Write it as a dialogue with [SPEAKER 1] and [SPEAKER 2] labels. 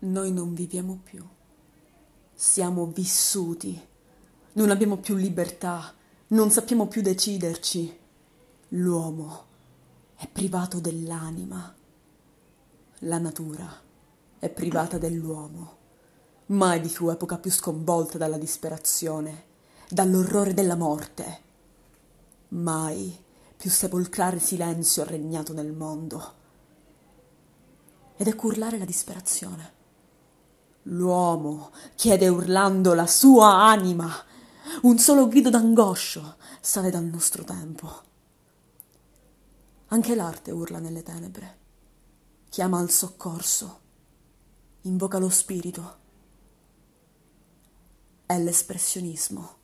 [SPEAKER 1] Noi non viviamo più, siamo vissuti, non abbiamo più libertà, non sappiamo più deciderci. L'uomo è privato dell'anima, la natura è privata dell'uomo. Mai vi fu epoca più sconvolta dalla disperazione, dall'orrore della morte. Mai più sepolcrale silenzio ha regnato nel mondo. Ed ecco urlare la disperazione. L'uomo chiede urlando la sua anima. Un solo grido d'angoscio sale dal nostro tempo. Anche l'arte urla nelle tenebre, chiama al soccorso, invoca lo spirito. È l'espressionismo.